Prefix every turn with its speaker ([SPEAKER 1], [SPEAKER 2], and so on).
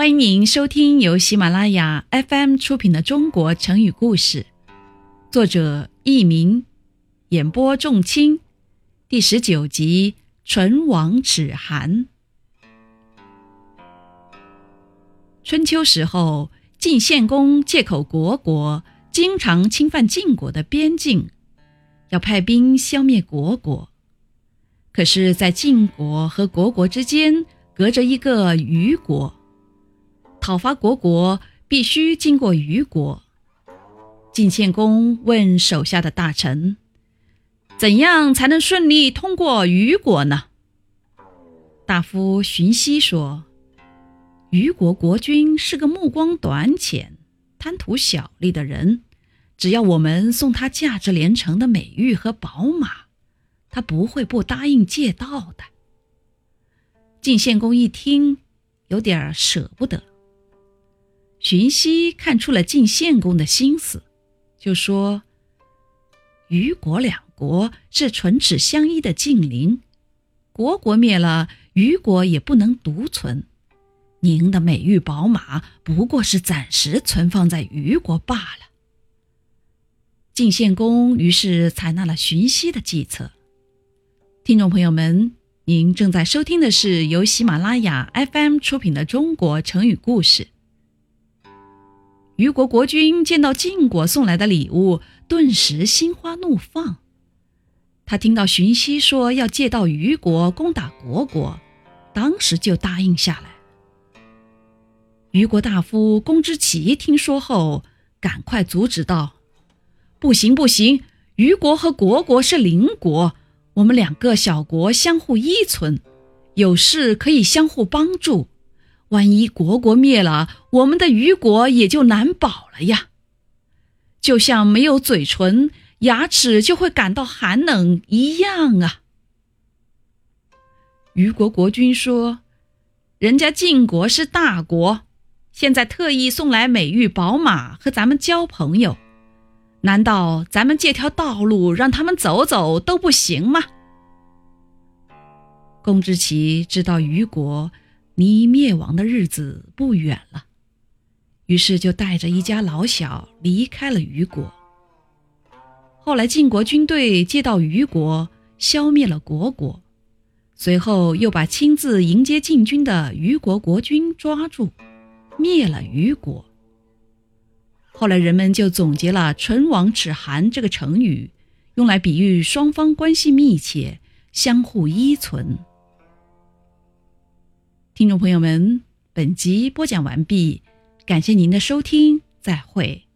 [SPEAKER 1] 欢迎您收听由喜马拉雅 FM 出品的中国成语故事，作者佚名，演播仲卿，第19集唇亡齿寒。春秋时候，晋献公借口国经常侵犯晋国的边境，要派兵消灭国。可是在晋国和国之间隔着一个虞国，讨伐国必须经过虞国。晋献公问手下的大臣，怎样才能顺利通过虞国呢？大夫荀息说，虞国国君是个目光短浅、贪图小利的人，只要我们送他价值连城的美玉和宝马，他不会不答应借道的。晋献公一听，有点舍不得。荀息看出了晋献公的心思，就说，虞国两国是唇齿相依的近邻，国灭了，虞国也不能独存。您的美玉宝马不过是暂时存放在虞国罢了。晋献公于是采纳了荀息的计策。听众朋友们，您正在收听的是由喜马拉雅 FM 出品的中国成语故事。虞国国君见到晋国送来的礼物，顿时心花怒放。他听到荀息说要借道虞国攻打国，当时就答应下来。虞国大夫公之奇听说后，赶快阻止道，不行，虞国和国是邻国，我们两个小国相互依存，有事可以相互帮助，万一国灭了，我们的虞国也就难保了呀。就像没有嘴唇，牙齿就会感到寒冷一样啊。虞国国君说，人家晋国是大国，现在特意送来美玉宝马和咱们交朋友，难道咱们借条道路让他们走走都不行吗？公之奇知道虞国离灭亡的日子不远了，于是就带着一家老小离开了虞国。后来晋国军队借道虞国，消灭了国，随后又把亲自迎接晋军的虞国国君抓住，灭了虞国。后来人们就总结了唇亡齿寒这个成语，用来比喻双方关系密切，相互依存。听众朋友们，本集播讲完毕，感谢您的收听，再会。